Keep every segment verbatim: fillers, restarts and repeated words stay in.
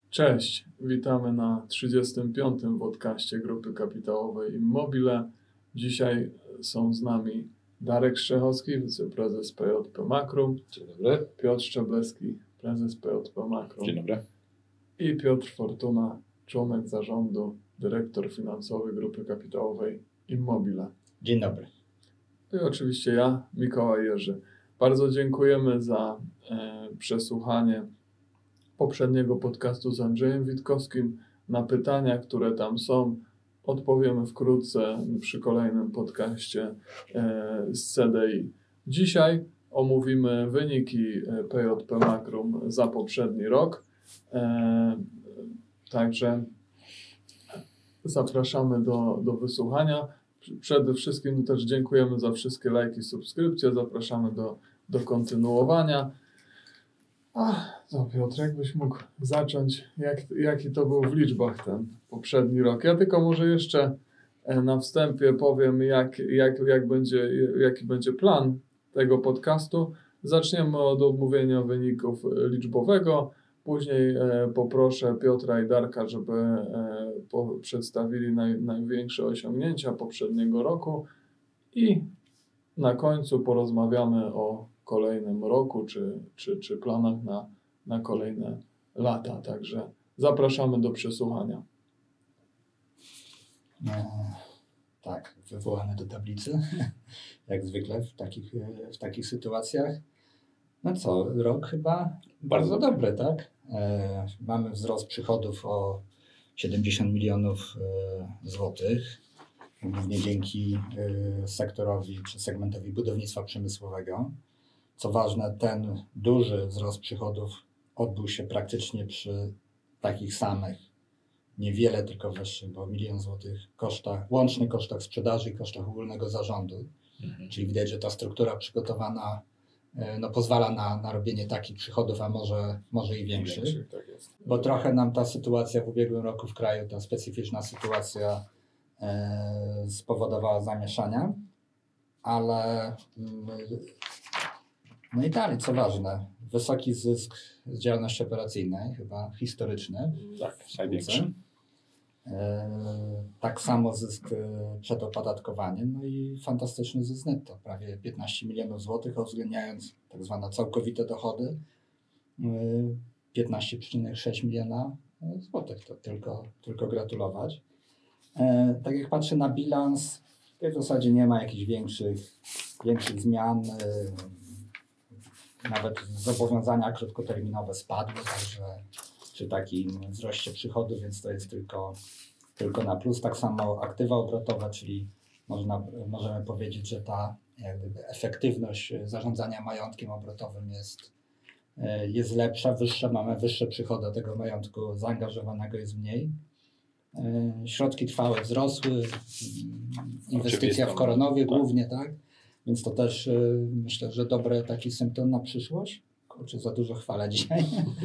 Cześć, witamy na trzydziestym piątym podcaście Grupy Kapitałowej Immobile. Dzisiaj są z nami Darek Strzechowski, wiceprezes P J P Makrum. Dzień dobry. Piotr Szczebleski, prezes P J P Makrum. Dzień dobry. I Piotr Fortuna, członek zarządu, dyrektor finansowy Grupy Kapitałowej Immobile. Dzień dobry. I oczywiście ja, Mikołaj Jerzy. Bardzo dziękujemy za e, przesłuchanie poprzedniego podcastu z Andrzejem Witkowskim. Na pytania, które tam są, odpowiemy wkrótce przy kolejnym podcaście e, z C D I. Dzisiaj omówimy wyniki P J P Makrum za poprzedni rok. E, także zapraszamy do, do wysłuchania. Przede wszystkim też dziękujemy za wszystkie lajki, subskrypcje. Zapraszamy do, do kontynuowania. A, no Piotr, jakbyś mógł zacząć, jak, jaki to był w liczbach ten poprzedni rok? Ja tylko może jeszcze na wstępie powiem, jak, jak, jak będzie, jaki będzie plan tego podcastu. Zaczniemy od omówienia wyników liczbowego. Później e, poproszę Piotra i Darka, żeby e, po, przedstawili naj, największe osiągnięcia poprzedniego roku i na końcu porozmawiamy o kolejnym roku czy, czy, czy planach na, na kolejne lata. Także zapraszamy do przesłuchania. E, tak, wywołany do tablicy, jak zwykle w takich, w takich sytuacjach. No co, rok chyba bardzo, bardzo dobry, tak? E, mamy wzrost przychodów o siedemdziesiąt milionów e, złotych, głównie dzięki e, sektorowi czy segmentowi budownictwa przemysłowego. Co ważne, ten duży wzrost przychodów odbył się praktycznie przy takich samych, niewiele tylko wyższych, bo milion złotych kosztach, łącznych kosztach sprzedaży i kosztach ogólnego zarządu. Mhm. Czyli widać, że ta struktura przygotowana no, pozwala na, na robienie takich przychodów, a może, może i większych. Większy, tak jest. Bo trochę nam ta sytuacja w ubiegłym roku w kraju, ta specyficzna sytuacja e, spowodowała zamieszania, ale no i dalej, co ważne, wysoki zysk z działalności operacyjnej, chyba historyczny. Tak, największy. E, tak samo zysk przed opodatkowaniem, no i fantastyczny zysk netto, prawie piętnaście milionów złotych, uwzględniając tak zwane całkowite dochody, e, piętnaście przecinek sześć miliona złotych, to tylko, tylko gratulować. E, tak jak patrzę na bilans, w zasadzie nie ma jakichś większych, większych zmian. E, Nawet zobowiązania krótkoterminowe spadły, także przy takim wzroście przychodów, więc to jest tylko, tylko na plus. Tak samo aktywa obrotowe, czyli można, możemy powiedzieć, że ta jak gdyby efektywność zarządzania majątkiem obrotowym jest, jest lepsza, wyższa, mamy wyższe przychody, tego majątku zaangażowanego jest mniej. Środki trwałe wzrosły, inwestycja w Koronowie głównie, tak? Więc to też y, myślę, że dobry taki symptom na przyszłość. Kurczę, za dużo chwalę dzisiaj.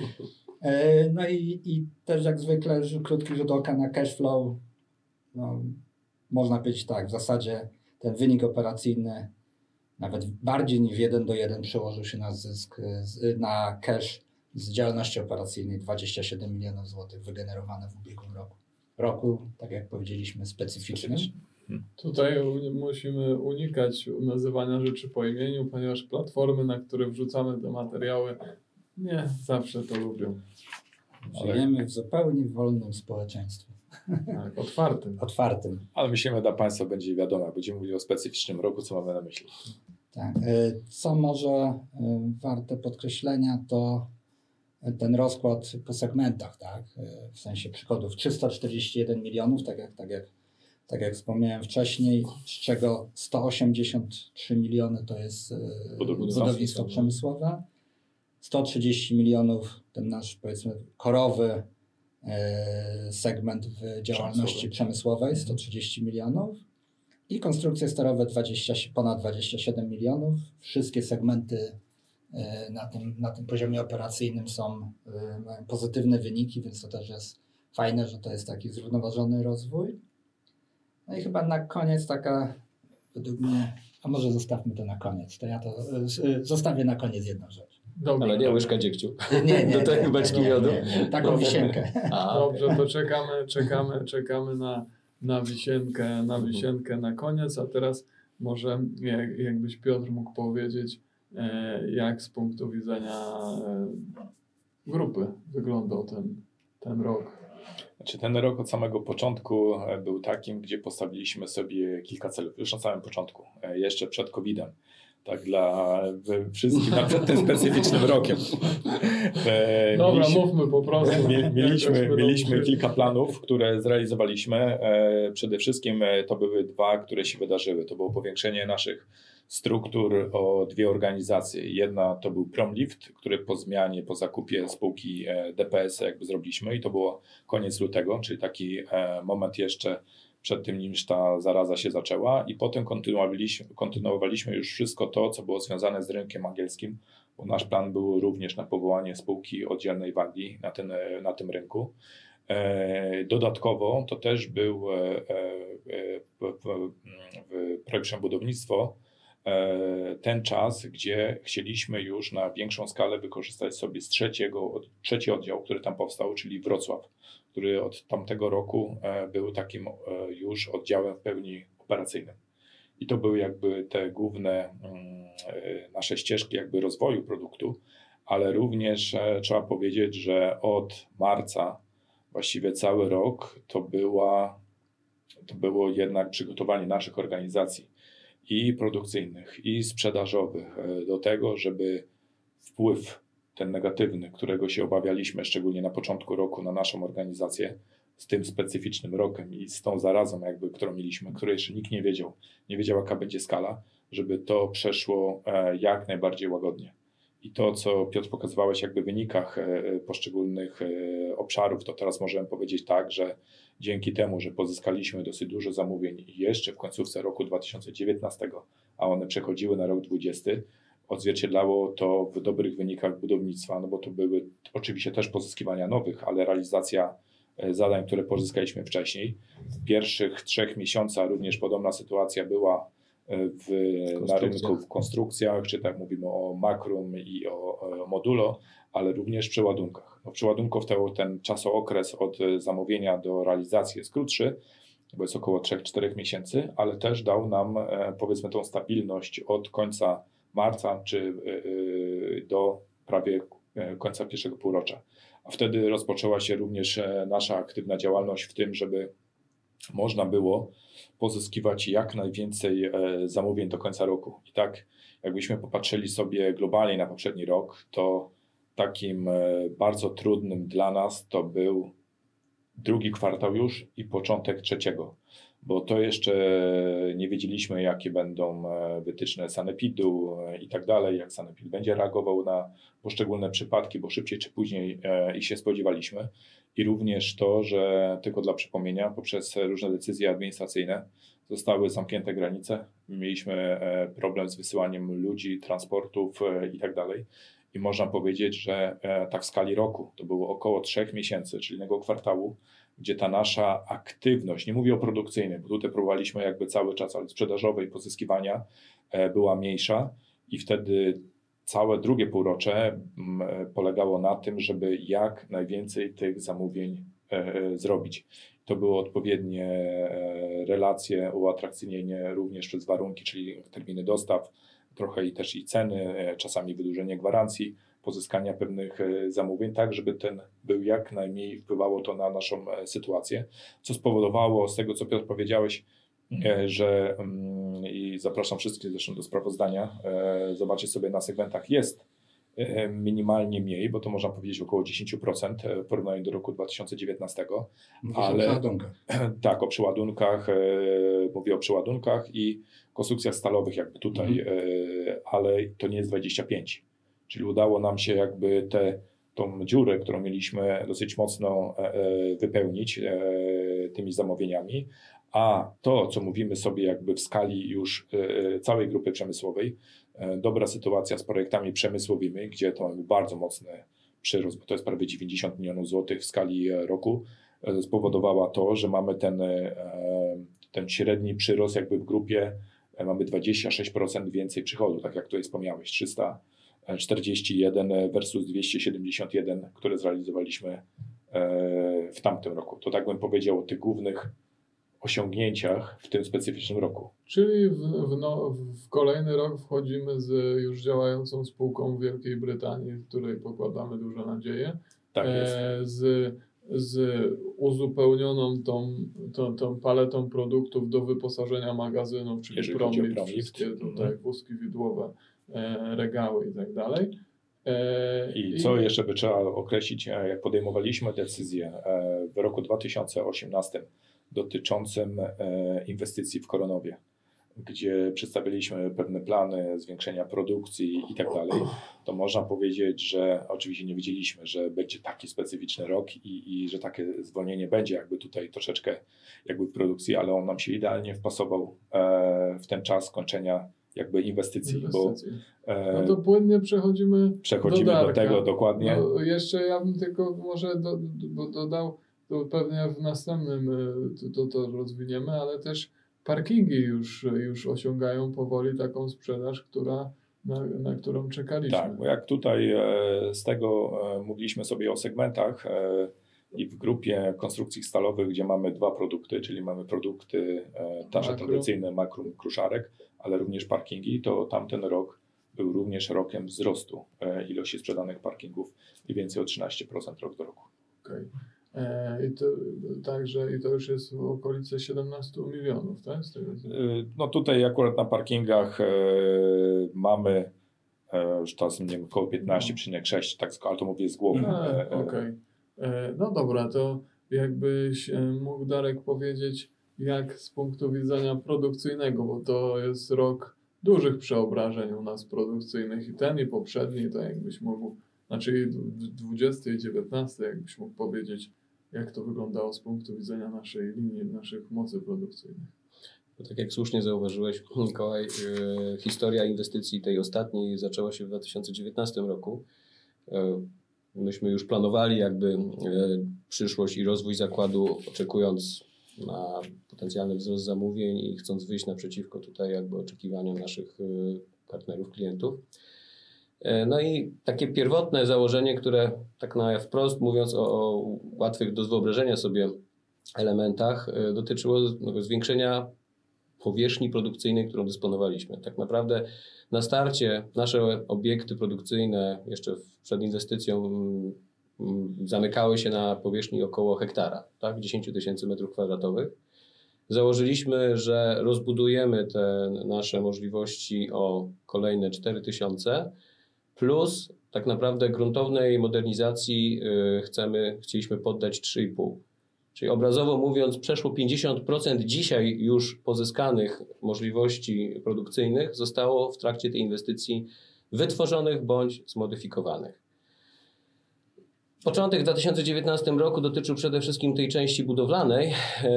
e, no i, i też jak zwykle że krótki rzut oka na cash flow. No, można powiedzieć tak, w zasadzie ten wynik operacyjny nawet bardziej niż jeden do jeden przełożył się na zysk, z, na cash z działalności operacyjnej dwadzieścia siedem milionów złotych wygenerowane w ubiegłym roku. Roku, tak jak powiedzieliśmy, specyficznym. Tutaj musimy unikać nazywania rzeczy po imieniu, ponieważ platformy, na które wrzucamy te materiały, nie zawsze to lubią. Żyjemy w zupełnie wolnym społeczeństwie. Tak, otwartym. Otwartym. Ale myślimy, że dla Państwa będzie wiadomo, jak będziemy mówili o specyficznym roku, co mamy na myśli. Tak. Co może warte podkreślenia, to ten rozkład po segmentach, tak? W sensie przychodów trzysta czterdzieści jeden milionów, tak jak, tak jak Tak jak wspomniałem wcześniej, z czego sto osiemdziesiąt trzy miliony to jest budownictwo, budownictwo przemysłowe, sto trzydzieści milionów ten nasz, powiedzmy, korowy segment w działalności przemysłowej, sto trzydzieści milionów i konstrukcje sterowe dwadzieścia, ponad dwadzieścia siedem milionów. Wszystkie segmenty na tym, na tym poziomie operacyjnym są, mają pozytywne wyniki, więc to też jest fajne, że to jest taki zrównoważony rozwój. No i chyba na koniec taka, według mnie, a może zostawmy to na koniec, to ja to zostawię na koniec jedną rzecz. Dobrze. Ale nie łyżka dziegciu. Nie, nie, Do tej nie, beczki nie, miodu. nie, nie, taką wisienkę. A, Dobrze, to czekamy, czekamy, czekamy na, na wisienkę, na wisienkę na koniec, a teraz może jak, jakbyś Piotr mógł powiedzieć, e, jak z punktu widzenia e, grupy wyglądał ten, ten rok. Znaczy ten rok od samego początku był takim, gdzie postawiliśmy sobie kilka celów, już na samym początku, jeszcze przed kowidem. Tak dla wszystkich, przed tym specyficznym rokiem. Dobra, mieliśmy, mówmy po prostu. Mieliśmy, mieliśmy kilka planów, które zrealizowaliśmy. Przede wszystkim to były dwa, które się wydarzyły. To było powiększenie naszych struktur o dwie organizacje. Jedna to był Promlift, który po zmianie, po zakupie spółki D P S jakby zrobiliśmy i to było koniec lutego, czyli taki moment jeszcze przed tym, niż ta zaraza się zaczęła i potem kontynuowaliśmy, kontynuowaliśmy już wszystko to, co było związane z rynkiem angielskim, bo nasz plan był również na powołanie spółki oddzielnej w Anglii na, ten, na tym rynku. Dodatkowo to też był w, w, w projekcie budownictwo ten czas, gdzie chcieliśmy już na większą skalę wykorzystać sobie z trzeciego, trzeci oddział, który tam powstał, czyli Wrocław, który od tamtego roku był takim już oddziałem w pełni operacyjnym. I to były jakby te główne nasze ścieżki jakby rozwoju produktu, ale również trzeba powiedzieć, że od marca właściwie cały rok to, była, to było jednak przygotowanie naszych organizacji i produkcyjnych, i sprzedażowych do tego, żeby wpływ ten negatywny, którego się obawialiśmy, szczególnie na początku roku na naszą organizację, z tym specyficznym rokiem i z tą zarazą, jakby, którą mieliśmy, której jeszcze nikt nie wiedział, nie wiedział jaka będzie skala, żeby to przeszło jak najbardziej łagodnie. I to, co Piotr pokazywałeś jakby w wynikach poszczególnych obszarów, to teraz możemy powiedzieć tak, że dzięki temu, że pozyskaliśmy dosyć dużo zamówień jeszcze w końcówce roku dwa tysiące dziewiętnastego, a one przechodziły na rok dwudziesty, odzwierciedlało to w dobrych wynikach budownictwa, no bo to były oczywiście też pozyskiwania nowych, ale realizacja zadań, które pozyskaliśmy wcześniej. W pierwszych trzech miesiącach również podobna sytuacja była w, na rynku w konstrukcjach, czy tak mówimy o Makrum i o, o Modulo, ale również w przeładunkach. No w przeładunkach to, ten czasookres od zamówienia do realizacji jest krótszy, bo jest około trzech czterech miesięcy, ale też dał nam powiedzmy tą stabilność od końca marca czy do prawie końca pierwszego półrocza. A wtedy rozpoczęła się również nasza aktywna działalność w tym, żeby można było pozyskiwać jak najwięcej zamówień do końca roku. I tak jakbyśmy popatrzyli sobie globalnie na poprzedni rok, to takim bardzo trudnym dla nas to był drugi kwartał już i początek trzeciego, bo to jeszcze nie wiedzieliśmy, jakie będą wytyczne sanepidu i tak dalej, jak sanepid będzie reagował na poszczególne przypadki, bo szybciej czy później ich się spodziewaliśmy. I również to, że tylko dla przypomnienia, poprzez różne decyzje administracyjne zostały zamknięte granice. Mieliśmy problem z wysyłaniem ludzi, transportów i tak dalej. I można powiedzieć, że tak w skali roku to było około trzech miesięcy, czyli jednego kwartału, gdzie ta nasza aktywność, nie mówię o produkcyjnej, bo tutaj próbowaliśmy jakby cały czas, ale sprzedażowej pozyskiwania była mniejsza i wtedy całe drugie półrocze polegało na tym, żeby jak najwięcej tych zamówień zrobić. To były odpowiednie relacje, uatrakcyjnienie również przez warunki, czyli terminy dostaw, trochę i też i ceny, czasami wydłużenie gwarancji, pozyskania pewnych zamówień, tak żeby ten był jak najmniej wpływało to na naszą sytuację, co spowodowało z tego, co Piotr powiedziałeś, że i zapraszam wszystkich zresztą do sprawozdania, zobaczyć sobie na segmentach jest minimalnie mniej, bo to można powiedzieć około dziesięć procent w porównaniu do roku dwa tysiące dziewiętnastego. Mówisz ale, o przeładunkach. Tak, o przeładunkach, mówię o przeładunkach i konstrukcjach stalowych jakby tutaj, mhm. ale to nie jest dwadzieścia pięć. Czyli udało nam się jakby tę tą dziurę, którą mieliśmy dosyć mocno wypełnić tymi zamówieniami, a to, co mówimy sobie jakby w skali już całej grupy przemysłowej, dobra sytuacja z projektami przemysłowymi, gdzie to mamy bardzo mocny przyrost, bo to jest prawie dziewięćdziesiąt milionów złotych w skali roku, spowodowała to, że mamy ten, ten średni przyrost jakby w grupie, mamy dwadzieścia sześć procent więcej przychodu, tak jak tutaj wspomniałeś, trzysta czterdzieści jeden versus dwieście siedemdziesiąt jeden, które zrealizowaliśmy w tamtym roku. To tak bym powiedział o tych głównych osiągnięciach w tym specyficznym roku. Czyli w, w, no, w kolejny rok wchodzimy z już działającą spółką w Wielkiej Brytanii, w której pokładamy duże nadzieje, Tak jest. e, z, z uzupełnioną tą, tą, tą paletą produktów do wyposażenia magazynów, czyli Jeżeli chodzi o Promlift, Promlift. wszystkie tutaj Mhm. wózki widłowe, e, regały i tak dalej. E, I co jeszcze by trzeba określić, jak podejmowaliśmy decyzję w roku dwa tysiące osiemnastym dotyczącym inwestycji w Koronowie, gdzie przedstawiliśmy pewne plany zwiększenia produkcji i tak dalej, to można powiedzieć, że oczywiście nie wiedzieliśmy, że będzie taki specyficzny rok i, i że takie zwolnienie będzie jakby tutaj troszeczkę jakby w produkcji, ale on nam się idealnie wpasował w ten czas kończenia jakby inwestycji, inwestycji. bo No to płynnie przechodzimy, przechodzimy do, do tego dokładnie. No, jeszcze ja bym tylko może do, do, dodał, to pewnie w następnym to, to rozwiniemy, ale też parkingi już, już osiągają powoli taką sprzedaż, która, na, na którą czekaliśmy. Tak, bo jak tutaj z tego mówiliśmy sobie o segmentach i w grupie konstrukcji stalowych, gdzie mamy dwa produkty, czyli mamy produkty nasze Makrum. tradycyjne makrum, kruszarek, ale również parkingi, to tamten rok był również rokiem wzrostu ilości sprzedanych parkingów mniej więcej o trzynaście procent rok do roku. Okay. E, I to także i to już jest w okolicy siedemnaście milionów, tak? Z tego, no tutaj akurat na parkingach e, mamy e, już teraz nie wiem, około piętnaście przecinek sześć, tak, ale to mówię z głowy. E, Okej. Okay. No dobra, to jakbyś mógł, Darek, powiedzieć, jak z punktu widzenia produkcyjnego, bo to jest rok dużych przeobrażeń u nas produkcyjnych i ten i poprzedni, to jakbyś mógł, znaczy dwudziesty i dziewiętnasty, jakbyś mógł powiedzieć, jak to wyglądało z punktu widzenia naszej linii, naszych mocy produkcyjnych. Bo tak jak słusznie zauważyłeś, Mikołaj, yy, historia inwestycji tej ostatniej zaczęła się w dwa tysiące dziewiętnastym roku. Yy, myśmy już planowali jakby yy, przyszłość i rozwój zakładu, oczekując na potencjalny wzrost zamówień i chcąc wyjść naprzeciwko tutaj jakby oczekiwaniom naszych yy, partnerów, klientów. No i takie pierwotne założenie, które tak na wprost mówiąc o, o łatwych do wyobrażenia sobie elementach, dotyczyło no, zwiększenia powierzchni produkcyjnej, którą dysponowaliśmy. Tak naprawdę na starcie nasze obiekty produkcyjne jeszcze przed inwestycją zamykały się na powierzchni około hektara, tak, dziesięć tysięcy metrów kwadratowych. Założyliśmy, że rozbudujemy te nasze możliwości o kolejne cztery tysiące, plus tak naprawdę gruntownej modernizacji yy, chcemy, chcieliśmy poddać trzy i pół. Czyli obrazowo mówiąc, przeszło pięćdziesiąt procent dzisiaj już pozyskanych możliwości produkcyjnych zostało w trakcie tej inwestycji wytworzonych bądź zmodyfikowanych. Początek w dwa tysiące dziewiętnastym roku dotyczył przede wszystkim tej części budowlanej,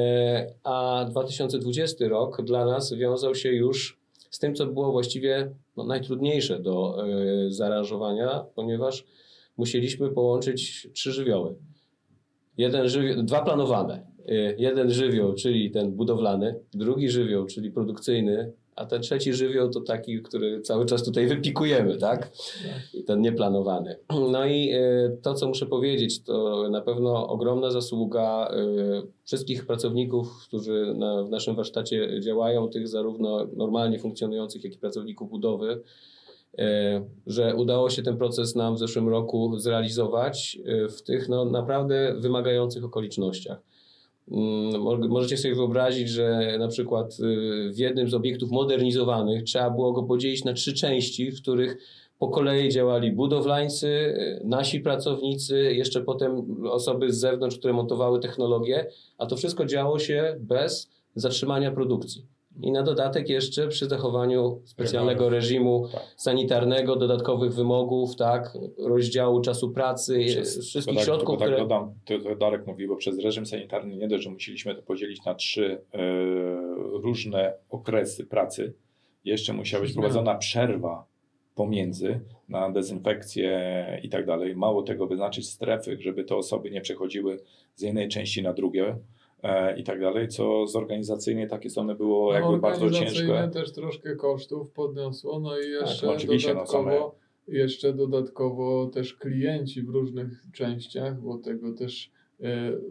a dwa tysiące dwudziesty rok dla nas wiązał się już z tym, co było właściwie no, najtrudniejsze do y, zaaranżowania, ponieważ musieliśmy połączyć trzy żywioły. Jeden żywioł, dwa planowane. Y, jeden żywioł, czyli ten budowlany, drugi żywioł, czyli produkcyjny, a ten trzeci żywioł to taki, który cały czas tutaj wypikujemy, tak? Ten nieplanowany. No i y, to, co muszę powiedzieć, to na pewno ogromna zasługa y, wszystkich pracowników, którzy na, w naszym warsztacie działają, tych zarówno normalnie funkcjonujących, jak i pracowników budowy, y, że udało się ten proces nam w zeszłym roku zrealizować y, w tych no, naprawdę wymagających okolicznościach. Możecie sobie wyobrazić, że na przykład w jednym z obiektów modernizowanych trzeba było go podzielić na trzy części, w których po kolei działali budowlańcy, nasi pracownicy, jeszcze potem osoby z zewnątrz, które montowały technologię, a to wszystko działo się bez zatrzymania produkcji. I na dodatek jeszcze przy zachowaniu specjalnego reżimu sanitarnego, dodatkowych wymogów, tak, rozdziału czasu pracy, Przez, wszystkich tak, środków, tak które... dodam, to, to Darek mówił, bo przez reżim sanitarny nie dość, że musieliśmy to podzielić na trzy e, różne okresy pracy, jeszcze musiała być prowadzona przerwa pomiędzy na dezynfekcję i tak dalej. Mało tego, wyznaczyć strefy, żeby te osoby nie przechodziły z jednej części na drugie. I tak dalej, co z organizacyjnie takie strony było no, jakby bardzo ciężkie. Organizacyjnie też troszkę kosztów podniosło, no i jeszcze tak, oczywiście, dodatkowo jeszcze dodatkowo też klienci w różnych częściach, bo tego też e,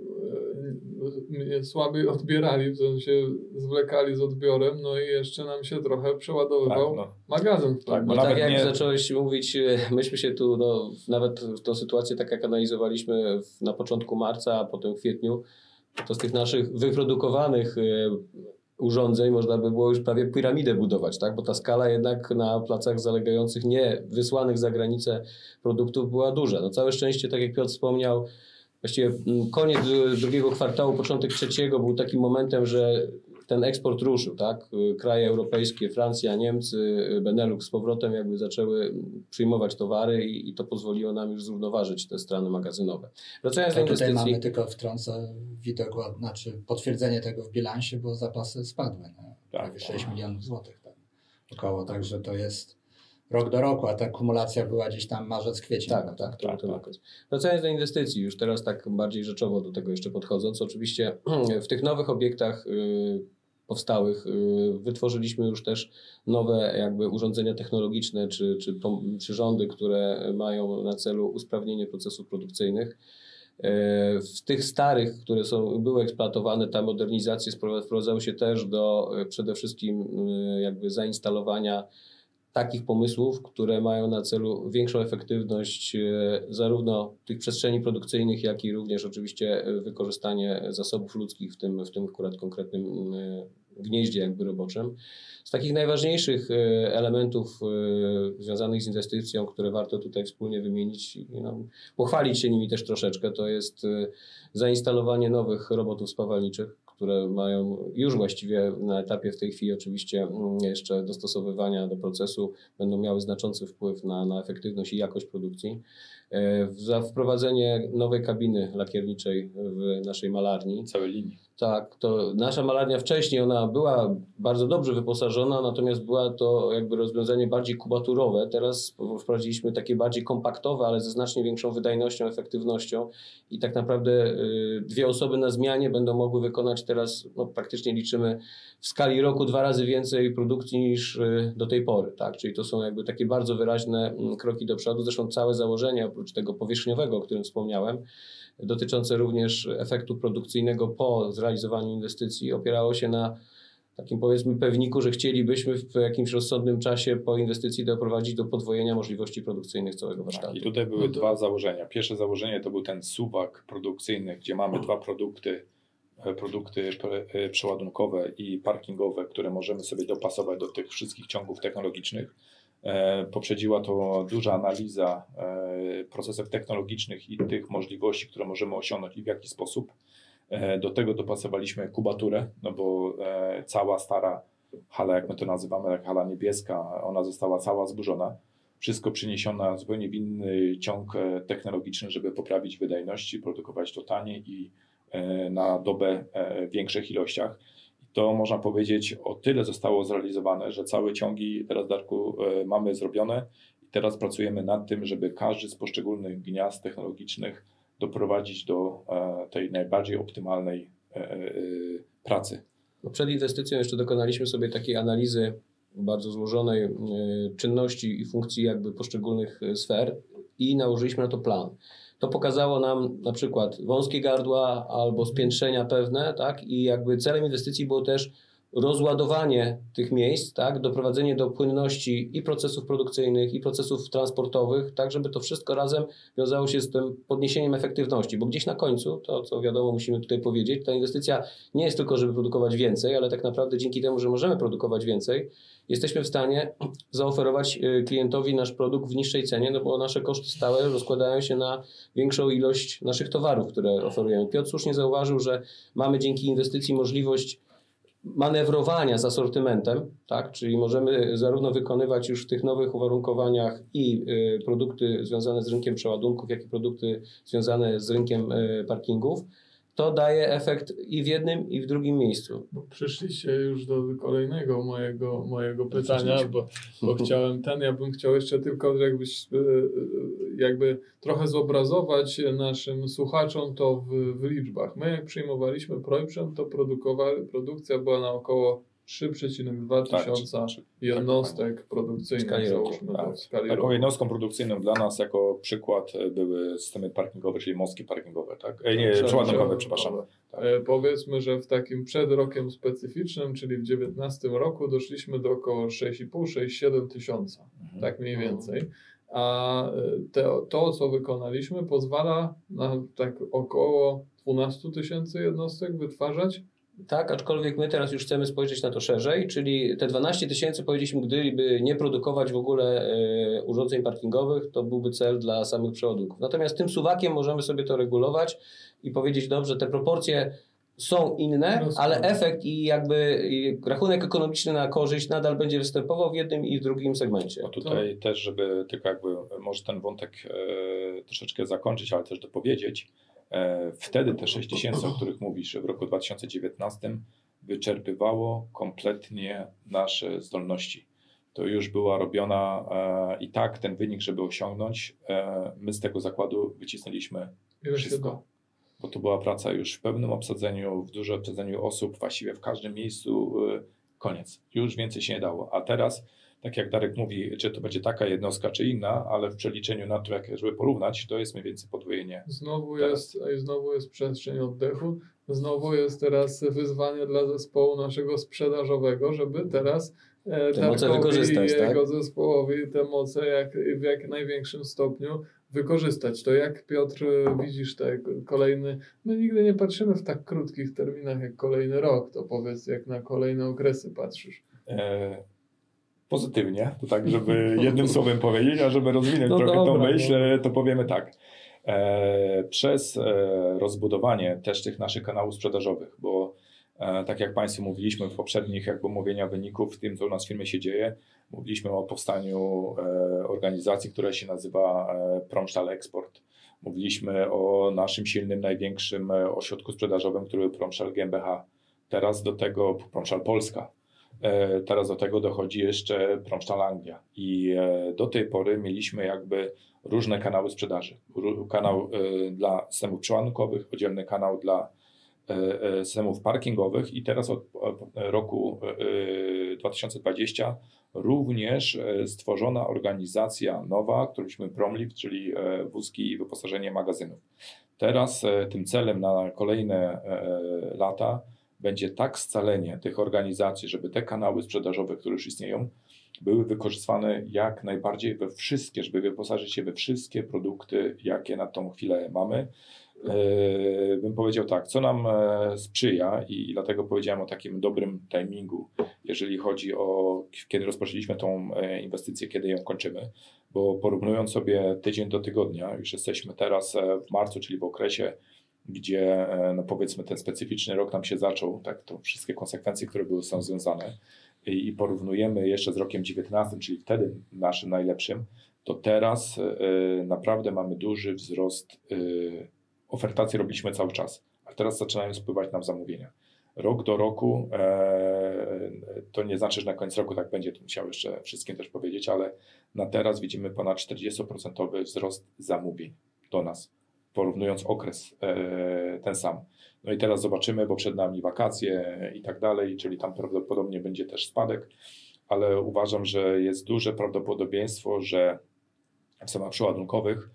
e, słabiej odbierali, w sensie zwlekali z odbiorem, no i jeszcze nam się trochę przeładowywał Tak, no. magazyn. W Tak, tak, bo No tak nawet jak nie- zacząłeś mówić, e, myśmy się tu, no, nawet w tą sytuację tak jak analizowaliśmy w, na początku marca, a potem w kwietniu, to z tych naszych wyprodukowanych e, urządzeń można by było już prawie piramidę budować, tak? Bo ta skala jednak na placach zalegających, nie wysłanych za granicę produktów była duża. No całe szczęście, tak jak Piotr wspomniał, właściwie mm, koniec drugiego kwartału, początek trzeciego był takim momentem, że ten eksport ruszył, tak? Kraje europejskie, Francja, Niemcy, Benelux z powrotem jakby zaczęły przyjmować towary i, i to pozwoliło nam już zrównoważyć te strony magazynowe. Wracając do To tutaj inwestycji. mamy tylko wtrącę widok, znaczy potwierdzenie tego w bilansie, bo zapasy spadły na prawie sześć milionów złotych. Tak. Około, także to jest rok do roku, a ta kumulacja była gdzieś tam marzec, kwiecień. Tak, prawda? tak, to Tak, ten tak. okres. Wracając do inwestycji, już teraz tak bardziej rzeczowo do tego jeszcze podchodząc, oczywiście w tych nowych obiektach y, powstałych y, wytworzyliśmy już też nowe jakby urządzenia technologiczne czy, czy pom- przyrządy, które mają na celu usprawnienie procesów produkcyjnych. E, W tych starych, które są, były eksploatowane, ta modernizacja spro- wprowadzały się też do e, przede wszystkim e, jakby zainstalowania takich pomysłów, które mają na celu większą efektywność e, zarówno tych przestrzeni produkcyjnych, jak i również oczywiście e, wykorzystanie zasobów ludzkich w tym, w tym akurat konkretnym e, gnieździe jakby roboczym. Z takich najważniejszych e, elementów e, związanych z inwestycją, które warto tutaj wspólnie wymienić i no, pochwalić się nimi też troszeczkę, to jest e, zainstalowanie nowych robotów spawalniczych, które mają już właściwie na etapie w tej chwili oczywiście mm, jeszcze dostosowywania do procesu, będą miały znaczący wpływ na, na efektywność i jakość produkcji. E, Za wprowadzenie nowej kabiny lakierniczej w naszej malarni. Całej linii. Tak, to nasza malarnia wcześniej, ona była bardzo dobrze wyposażona, natomiast była to jakby rozwiązanie bardziej kubaturowe. Teraz wprowadziliśmy takie bardziej kompaktowe, ale ze znacznie większą wydajnością, efektywnością i tak naprawdę y, dwie osoby na zmianie będą mogły wykonać teraz, no praktycznie liczymy w skali roku dwa razy więcej produkcji niż y, do tej pory, tak? Czyli to są jakby takie bardzo wyraźne mm, kroki do przodu. Zresztą całe założenie, oprócz tego powierzchniowego, o którym wspomniałem, dotyczące również efektu produkcyjnego po zrealizowaniu inwestycji, opierało się na takim powiedzmy pewniku, że chcielibyśmy w jakimś rozsądnym czasie po inwestycji doprowadzić do podwojenia możliwości produkcyjnych całego warsztatu. Tak, i tutaj były No to- dwa założenia. Pierwsze założenie to był ten suwak produkcyjny, gdzie mamy dwa produkty, e, produkty pre- e, przeładunkowe i parkingowe, które możemy sobie dopasować do tych wszystkich ciągów technologicznych. E, Poprzedziła to duża analiza e, procesów technologicznych i tych możliwości, które możemy osiągnąć i w jaki sposób. E, Do tego dopasowaliśmy kubaturę, no bo e, cała stara hala, jak my to nazywamy, jak hala niebieska, ona została cała zburzona. Wszystko przeniesione zupełnie w inny ciąg e, technologiczny, żeby poprawić wydajności, produkować to taniej i e, na dobę e, w większych ilościach. To można powiedzieć, o tyle zostało zrealizowane, że całe ciągi teraz, Darku, e, mamy zrobione i teraz pracujemy nad tym, żeby każdy z poszczególnych gniazd technologicznych doprowadzić do e, tej najbardziej optymalnej e, e, pracy. No przed inwestycją jeszcze dokonaliśmy sobie takiej analizy bardzo złożonej y, czynności i funkcji jakby poszczególnych y, sfer i nałożyliśmy na to plan. To pokazało nam na przykład wąskie gardła albo spiętrzenia pewne, tak? I jakby celem inwestycji było też rozładowanie tych miejsc, tak? Doprowadzenie do płynności i procesów produkcyjnych, i procesów transportowych, tak żeby to wszystko razem wiązało się z tym podniesieniem efektywności, bo gdzieś na końcu, to co wiadomo musimy tutaj powiedzieć, ta inwestycja nie jest tylko, żeby produkować więcej, ale tak naprawdę dzięki temu, że możemy produkować więcej, jesteśmy w stanie zaoferować y, klientowi nasz produkt w niższej cenie, no bo nasze koszty stałe rozkładają się na większą ilość naszych towarów, które oferujemy. Piotr słusznie zauważył, że mamy dzięki inwestycji możliwość manewrowania z asortymentem, tak? Czyli możemy zarówno wykonywać już w tych nowych uwarunkowaniach i y, produkty związane z rynkiem przeładunków, jak i produkty związane z rynkiem y, parkingów. To daje efekt i w jednym, i w drugim miejscu. Bo przyszliście już do kolejnego mojego, mojego pytania, bo, bo chciałem ten, ja bym chciał jeszcze tylko jakbyś, e, e, jakby trochę zobrazować naszym słuchaczom to w, w liczbach. My jak przyjmowaliśmy Projprzem, to produkowa- produkcja była na około trzy przecinek dwa Tak, tysiąca czy- czy- jednostek produkcyjnych, skali roku, załóżmy, tak. to w skali Taką roku. jednostką produkcyjną dla nas jako przykład e, były systemy parkingowe, czyli mostki parkingowe, tak? E, nie, Przeładunkowe. przeładunkowe, przepraszam. Tak. E, Powiedzmy, że w takim przed rokiem specyficznym, czyli w dziewiętnastym roku doszliśmy do około sześć i pół, sześć, siedem tysiąca, Mhm. tak mniej Mhm. więcej. A e, te, to, co wykonaliśmy, pozwala na tak około dwanaście tysięcy jednostek wytwarzać. Tak, aczkolwiek my teraz już chcemy spojrzeć na to szerzej, czyli te dwanaście tysięcy powiedzieliśmy, gdyby nie produkować w ogóle e, urządzeń parkingowych, to byłby cel dla samych przeładunków. Natomiast tym suwakiem możemy sobie to regulować i powiedzieć, dobrze, te proporcje są inne, Rozumiem. ale efekt i jakby i rachunek ekonomiczny na korzyść nadal będzie występował w jednym i w drugim segmencie. No tutaj też, żeby tylko jakby może ten wątek e, troszeczkę zakończyć, ale też dopowiedzieć, e, wtedy te sześć tysięcy, o których mówisz, w roku dwa tysiące dziewiętnastym wyczerpywało kompletnie nasze zdolności. To już była robiona e, i tak ten wynik, żeby osiągnąć, e, my z tego zakładu wycisnęliśmy Ile się wszystko. da. Bo to była praca już w pełnym obsadzeniu, w dużym obsadzeniu osób, właściwie w każdym miejscu, y, koniec. Już więcej się nie dało. A teraz, tak jak Darek mówi, czy to będzie taka jednostka, czy inna, ale w przeliczeniu na to, jak, żeby porównać, to jest mniej więcej podwojenie. Znowu Teraz. jest, i znowu jest przestrzeń oddechu. Znowu jest teraz wyzwanie dla zespołu naszego sprzedażowego, żeby teraz e, Te moce Darkowi wykorzystać, i tak? jego zespołowi te moce jak, w jak największym stopniu wykorzystać. To jak, Piotr, widzisz te kolejny... My nigdy nie patrzymy w tak krótkich terminach jak kolejny rok. To powiedz, jak na kolejne okresy patrzysz. E, pozytywnie, to tak, żeby jednym słowem powiedzieć, a żeby rozwinąć No trochę tą dobra, myśl, no. e, to powiemy tak. E, przez e, rozbudowanie też tych naszych kanałów sprzedażowych, bo e, tak jak Państwu mówiliśmy w poprzednich jakby omówienia wyników, w tym co u nas w firmie się dzieje, mówiliśmy o powstaniu e, organizacji, która się nazywa e, Promstahl Export. Mówiliśmy o naszym silnym, największym e, ośrodku sprzedażowym, który był Promstahl GmbH. Teraz do tego Promstahl Polska. E, teraz do tego dochodzi jeszcze Promstahl Anglia. I e, do tej pory mieliśmy jakby różne kanały sprzedaży. Ró- Kanał e, dla systemów przeładunkowych, oddzielny kanał dla e, e, systemów parkingowych i teraz od, od roku e, dwa tysiące dwudziestego również e, stworzona organizacja nowa, którą byśmy Promlift, czyli e, wózki i wyposażenie magazynów. Teraz e, tym celem na kolejne e, lata będzie tak scalenie tych organizacji, żeby te kanały sprzedażowe, które już istnieją, były wykorzystywane jak najbardziej we wszystkie, żeby wyposażyć się we wszystkie produkty, jakie na tą chwilę mamy. Yy, bym powiedział tak, co nam e, sprzyja i, i dlatego powiedziałem o takim dobrym timingu, jeżeli chodzi o kiedy rozpoczęliśmy tą e, inwestycję, kiedy ją kończymy, bo porównując sobie tydzień do tygodnia, już jesteśmy teraz e, w marcu, czyli w okresie, gdzie e, no powiedzmy ten specyficzny rok nam się zaczął, tak, to wszystkie konsekwencje, które były z tym związane i, i porównujemy jeszcze z rokiem dziewiętnastym, czyli wtedy naszym najlepszym, to teraz e, naprawdę mamy duży wzrost. E, ofertacje robiliśmy cały czas, a teraz zaczynają spływać nam zamówienia. Rok do roku, e, to nie znaczy, że na koniec roku tak będzie, to musiał jeszcze wszystkim też powiedzieć, ale na teraz widzimy ponad czterdziestoprocentowy wzrost zamówień do nas, porównując okres e, ten sam. No i teraz zobaczymy, bo przed nami wakacje i tak dalej, czyli tam prawdopodobnie będzie też spadek, ale uważam, że jest duże prawdopodobieństwo, że w systemach przeładunkowych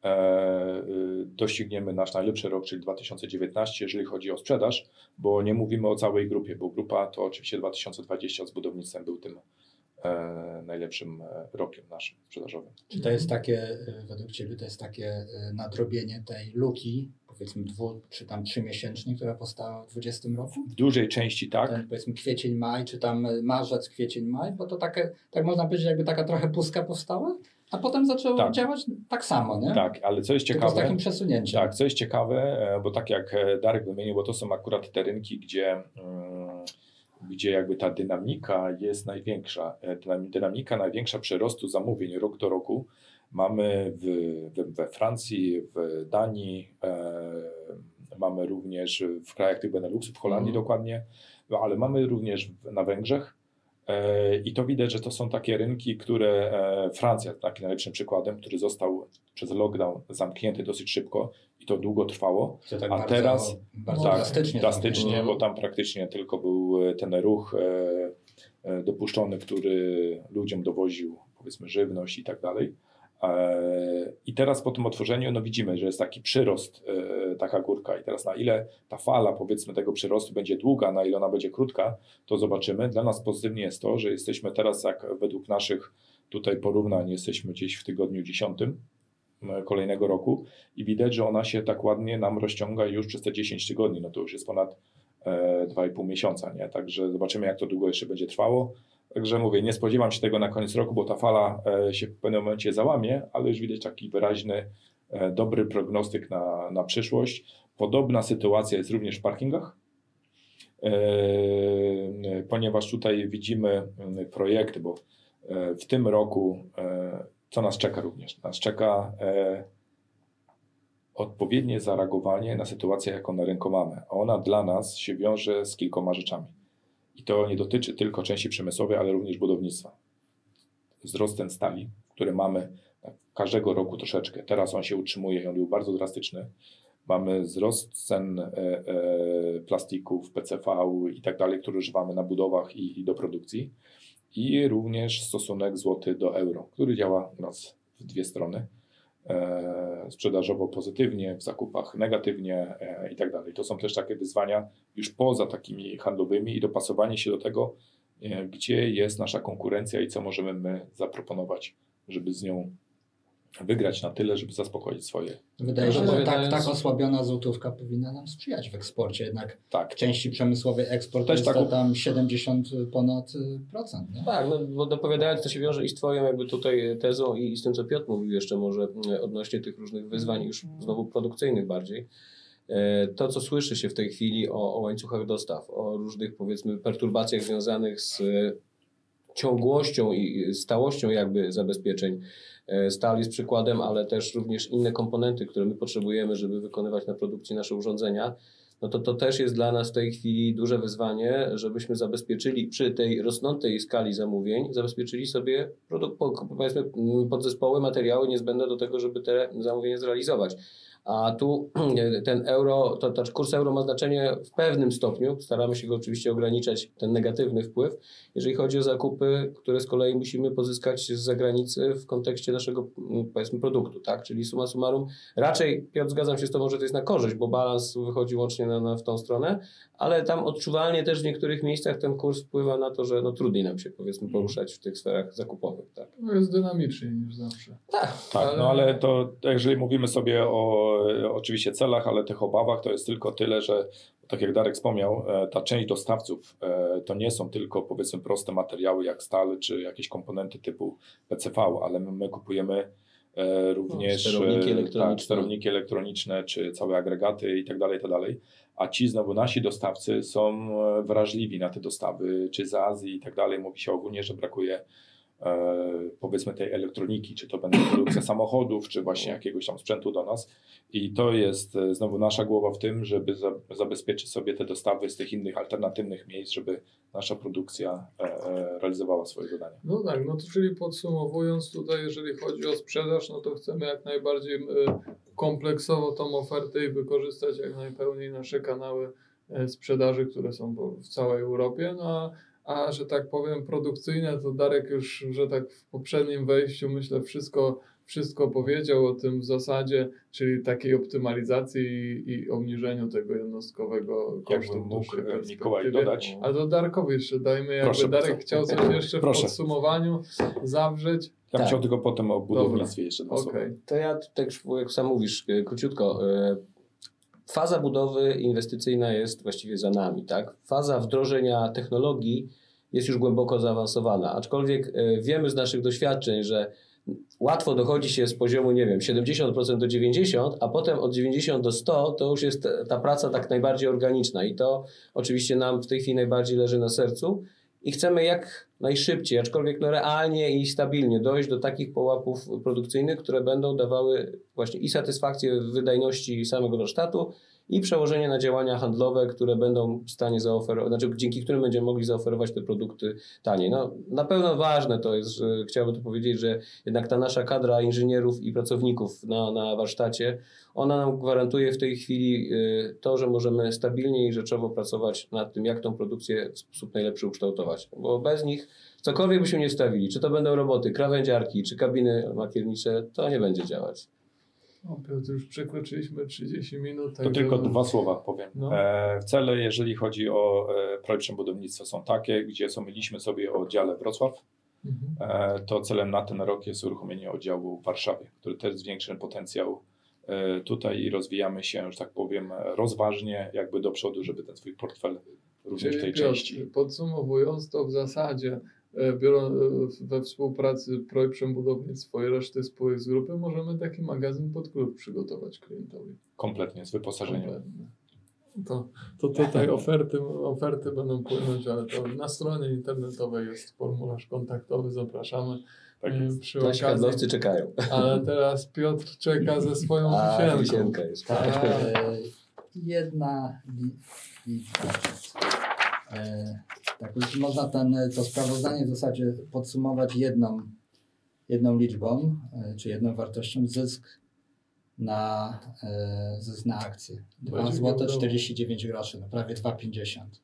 e, dościgniemy nasz najlepszy rok, czyli dwa tysiące dziewiętnasty, jeżeli chodzi o sprzedaż, bo nie mówimy o całej grupie, bo grupa to oczywiście dwa tysiące dwudziesty z budownictwem był tym e, najlepszym rokiem naszym sprzedażowym. Czy to jest takie, y, według Ciebie, to jest takie y, nadrobienie tej luki, powiedzmy dwu, czy tam trzymiesięcznej, która powstała w dwudziestym roku? W dużej części tak. Ten, powiedzmy kwiecień, maj, czy tam y, marzec, kwiecień, maj, bo to takie, tak można powiedzieć, jakby taka trochę pustka powstała, a potem zaczęło Tak. działać tak samo, nie? Tak, ale co jest Tylko ciekawe, z takim przesunięciem. tak, co jest ciekawe, e, bo tak jak e, Darek wymienił, bo to są akurat te rynki, gdzie, mm, gdzie jakby ta dynamika jest największa. E, dynam- Dynamika największa przyrostu zamówień rok do roku mamy w, we, we Francji, w Danii, e, mamy również w krajach tych Beneluxu, w Holandii Mhm. dokładnie, no, ale mamy również w, na Węgrzech, E, I to widać, że to są takie rynki, które e, Francja, takim najlepszym przykładem, który został przez lockdown zamknięty dosyć szybko i to długo trwało, To tak a bardzo, teraz bardzo tak, drastycznie. drastycznie, zamknięto. bo tam praktycznie tylko był ten ruch e, e, dopuszczony, który ludziom dowoził, powiedzmy, żywność i tak dalej. E, I teraz po tym otworzeniu no widzimy, że jest taki przyrost, e, taka górka i teraz na ile ta fala, powiedzmy, tego przyrostu będzie długa, na ile ona będzie krótka, to zobaczymy. Dla nas pozytywnie jest to, że jesteśmy teraz, jak według naszych tutaj porównań, jesteśmy gdzieś w tygodniu dziesiątym kolejnego roku i widać, że ona się tak ładnie nam rozciąga już przez te dziesięć tygodni, no to już jest ponad e, dwa i pół miesiąca, nie? Także zobaczymy, jak to długo jeszcze będzie trwało. Także mówię, nie spodziewam się tego na koniec roku, bo ta fala e, się w pewnym momencie załamie, ale już widać taki wyraźny, e, dobry prognostyk na, na przyszłość. Podobna sytuacja jest również w parkingach, e, ponieważ tutaj widzimy projekty, bo e, w tym roku e, co nas czeka również? Nas czeka e, odpowiednie zareagowanie na sytuację, jaką na rynku mamy. A ona dla nas się wiąże z kilkoma rzeczami. I to nie dotyczy tylko części przemysłowej, ale również budownictwa. Wzrost cen stali, który mamy każdego roku troszeczkę. Teraz on się utrzymuje i on był bardzo drastyczny. Mamy wzrost cen e, e, plastików, P C V i tak dalej, które używamy na budowach i, i do produkcji. I również stosunek złoty do euro, który działa u nas w dwie strony. E, sprzedażowo pozytywnie, w zakupach negatywnie e, i tak dalej. To są też takie wyzwania już poza takimi handlowymi i dopasowanie się do tego, e, gdzie jest nasza konkurencja i co możemy my zaproponować, żeby z nią wygrać na tyle, żeby zaspokoić swoje. Wydaje się, że tak, Odpowiadając- tak osłabiona złotówka powinna nam sprzyjać w eksporcie. Jednak Tak, w części przemysłowej eksport Też jest tak- to tam siedemdziesiąt ponad y, procent. Nie? Tak, no, bo dopowiadając, to się wiąże i z twoją jakby tutaj tezą i z tym, co Piotr mówił jeszcze może e, odnośnie tych różnych wyzwań już znowu produkcyjnych bardziej. E, To, co słyszy się w tej chwili o, o łańcuchach dostaw, o różnych powiedzmy perturbacjach związanych z e, ciągłością i stałością jakby zabezpieczeń. E, Stal jest przykładem, ale też również inne komponenty, które my potrzebujemy, żeby wykonywać na produkcji nasze urządzenia. No to to też jest dla nas w tej chwili duże wyzwanie, żebyśmy zabezpieczyli przy tej rosnącej skali zamówień, zabezpieczyli sobie produkt, po- powiedzmy mm, podzespoły, materiały niezbędne do tego, żeby te zamówienia zrealizować. A tu ten euro, to, to kurs euro ma znaczenie w pewnym stopniu, staramy się go oczywiście ograniczać, ten negatywny wpływ, jeżeli chodzi o zakupy, które z kolei musimy pozyskać z zagranicy w kontekście naszego mm, powiedzmy produktu, tak? Czyli summa summarum, raczej, Piotr, zgadzam się z tobą, że to jest na korzyść, bo balans wychodzi łącznie na, na, w tą stronę, ale tam odczuwalnie też w niektórych miejscach ten kurs wpływa na to, że no, trudniej nam się powiedzmy poruszać w tych sferach zakupowych, tak? No jest dynamiczniej niż zawsze. Tak, tak, no ale to jeżeli mówimy sobie o oczywiście celach, ale tych obawach, to jest tylko tyle, że tak jak Darek wspomniał, e, ta część dostawców e, to nie są tylko powiedzmy proste materiały jak stal czy jakieś komponenty typu P C V, ale my, my kupujemy e, również No, sterowniki e, elektroniczne. tak, sterowniki elektroniczne czy całe agregaty i tak dalej, i tak dalej. A ci znowu nasi dostawcy są e, wrażliwi na te dostawy, czy z Azji i tak dalej. Mówi się ogólnie, że brakuje e, powiedzmy tej elektroniki, czy to będzie produkcja samochodów, czy właśnie jakiegoś tam sprzętu do nas. I to jest e, znowu nasza głowa w tym, żeby za, zabezpieczyć sobie te dostawy z tych innych alternatywnych miejsc, żeby nasza produkcja e, e, realizowała swoje zadania. No tak, no to czyli podsumowując tutaj, jeżeli chodzi o sprzedaż, no to chcemy jak najbardziej y, kompleksowo tą ofertę i wykorzystać jak najpełniej nasze kanały y, sprzedaży, które są po, w całej Europie, no a, a że tak powiem produkcyjne, to Darek już, że tak w poprzednim wejściu myślę wszystko, wszystko powiedział o tym w zasadzie, czyli takiej optymalizacji i, i obniżeniu tego jednostkowego kosztu. Jakbym w mógł dłuższej e, perspektywie. Mikołaj dodać. A to Darkowi jeszcze dajmy, jakby Proszę Darek bardzo. chciał coś jeszcze w Proszę. podsumowaniu zawrzeć. Ja Tak. chciał tylko potem o budownictwie jeszcze dwa Okej. słowa. To ja tak jak sam mówisz, e, króciutko, e, faza budowy inwestycyjna jest właściwie za nami, tak? Faza wdrożenia technologii jest już głęboko zaawansowana, aczkolwiek e, wiemy z naszych doświadczeń, że łatwo dochodzi się z poziomu, nie wiem, siedemdziesiąt procent do dziewięćdziesięciu procent, a potem od dziewięćdziesięciu do stu to już jest ta praca tak najbardziej organiczna i to oczywiście nam w tej chwili najbardziej leży na sercu i chcemy jak najszybciej, aczkolwiek no realnie i stabilnie dojść do takich pułapów produkcyjnych, które będą dawały właśnie i satysfakcję w wydajności samego warsztatu i przełożenie na działania handlowe, które będą w stanie zaoferować, znaczy dzięki którym będziemy mogli zaoferować te produkty taniej. No, na pewno ważne to jest, że chciałbym tu powiedzieć, że jednak ta nasza kadra inżynierów i pracowników na, na warsztacie, ona nam gwarantuje w tej chwili to, że możemy stabilnie i rzeczowo pracować nad tym, jak tą produkcję w sposób najlepszy ukształtować. Bo bez nich cokolwiek byśmy nie wstawili, czy to będą roboty, krawędziarki, czy kabiny makiernicze, to nie będzie działać. O, Piotr, już przekroczyliśmy trzydzieści minut. To także- tylko dwa słowa powiem. No. E, cele, jeżeli chodzi o e, projekt budownictwa, są takie, gdzie co mieliśmy sobie o oddziale Wrocław, Mhm. e, to celem na ten rok jest uruchomienie oddziału w Warszawie, który też zwiększy potencjał e, tutaj i rozwijamy się, że tak powiem, rozważnie jakby do przodu, żeby ten swój portfel również w tej Piotr, części. Podsumowując, to w zasadzie e, biorąc e, we współpracy Projekt Budownictwo i reszty spółek z grupy możemy taki magazyn pod klucz przygotować klientowi. Kompletnie, z wyposażeniem. Kompletnie. To, to tutaj oferty, oferty będą płynąć, ale to na stronie internetowej jest formularz kontaktowy, zapraszamy. Tak e, jest. Przy Nasi okazji, handlowcy czekają. ale teraz Piotr czeka ze swoją A, wisienką. wisienka jest. Tak, e, jedna li- liczba. E, tak, jeśli można ten, to sprawozdanie w zasadzie podsumować jedną, jedną liczbą, e, czy jedną wartością, zysk na, e, zysk na akcję. dwa Będzie złote giełdowo. czterdzieści dziewięć groszy, no prawie dwa pięćdziesiąt.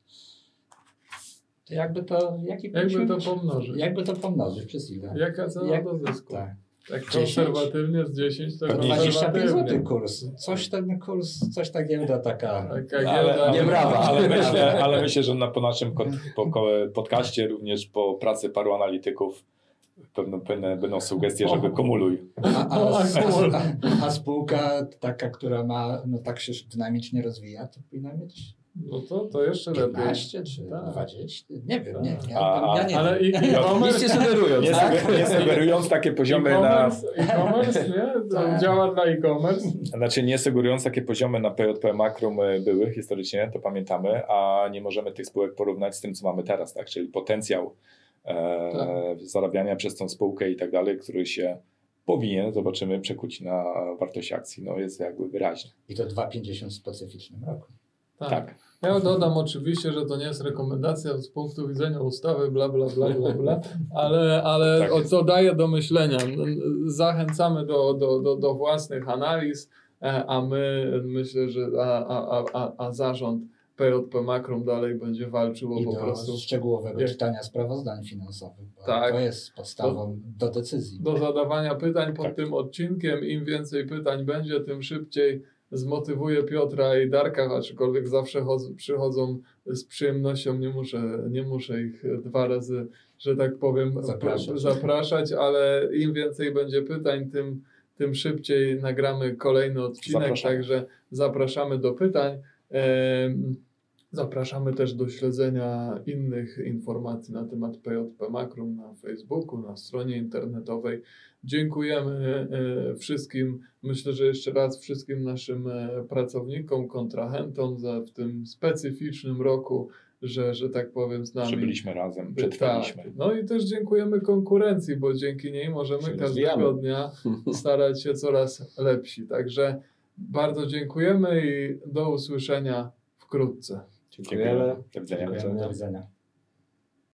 To jakby to, jaki Jakby to musimy- pomnożyć. Jakby to pomnożyć, przez ile? Jaka cena Jak- do zysku? Tak. Tak dziesięć? konserwatywnie z dziesięć to Pewnie dwadzieścia pięć konserwatywnie. złotych kurs. Coś ten kurs, coś ta giełda taka. Taka Ale, giełda. ale, Nie brawa. ale, myślę, ale myślę, że na, po naszym kot, po, ko- podcaście, również po pracy paru analityków, pewno pewne będą sugestie, żeby kumuluj. A, a, No, a, akurat. a, a spółka taka, która ma, no tak się dynamicznie rozwija, to powinna mieć No to, to jeszcze lepiej. piętnaście czy Tak. dwadzieścia? Nie wiem, nie. Ja, A- ja nie Ale wiem. i Nic nie e-commerce, sugerując, Nie, tak? suger, nie sugerując takie poziomy na... e-commerce, e-commerce, nie? To Tak. działa dla e-commerce. Znaczy nie sugerując takie poziomy na P J P Makrum e, były historycznie, to pamiętamy, a nie możemy tych spółek porównać z tym, co mamy teraz, tak? Czyli potencjał e, Tak. zarabiania przez tą spółkę i tak dalej, który się powinien, zobaczymy, przekuć na wartość akcji, no jest jakby wyraźny. I to dwa pięćdziesiąt w specyficznym roku. Tak. Tak. Ja dodam oczywiście, że to nie jest rekomendacja z punktu widzenia ustawy, bla, bla, bla, bla, bla, ale, ale Tak o jest. co daje do myślenia. Zachęcamy do, do, do, do własnych analiz, e, a my myślę, że a, a, a, a zarząd P J P Makrum dalej będzie walczył o I po do prostu szczegółowego jak- czytania sprawozdań finansowych, bo Tak. to jest podstawą do decyzji. do zadawania pytań pod Tak. tym odcinkiem. Im więcej pytań będzie, tym szybciej zmotywuje Piotra i Darka, aczkolwiek zawsze chodzą, przychodzą z przyjemnością. Nie muszę, nie muszę ich dwa razy, że tak powiem, Zapraszać. zapraszać, ale im więcej będzie pytań, tym, tym szybciej nagramy kolejny odcinek. Zapraszamy. Także zapraszamy do pytań. Em, Zapraszamy też do śledzenia innych informacji na temat P J P Makrum na Facebooku, na stronie internetowej. Dziękujemy e, wszystkim, myślę, że jeszcze raz wszystkim naszym e, pracownikom, kontrahentom za w tym specyficznym roku, że, że tak powiem z nami. Przybyliśmy razem, Tak. przetrwaliśmy. No i też dziękujemy konkurencji, bo dzięki niej możemy Się każdego rozwijamy. dnia starać się coraz lepsi. Także bardzo dziękujemy i do usłyszenia wkrótce. Dziękujemy. Do widzenia. Dziękujemy, do widzenia.